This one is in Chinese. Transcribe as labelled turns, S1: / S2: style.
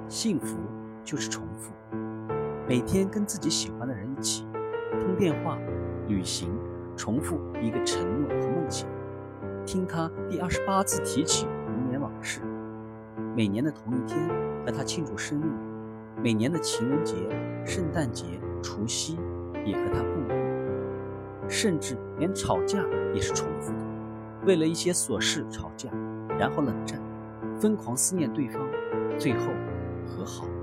S1: 幸福就是重复，每天跟自己喜欢的人一起通电话、旅行，重复一个承诺和梦想，听他第28次提起童年往事，每年的同一天和他庆祝生日，每年的情人节、圣诞节、除夕也和他共度，甚至连吵架也是重复的，为了一些琐事吵架，然后冷战，疯狂思念对方，最后和好。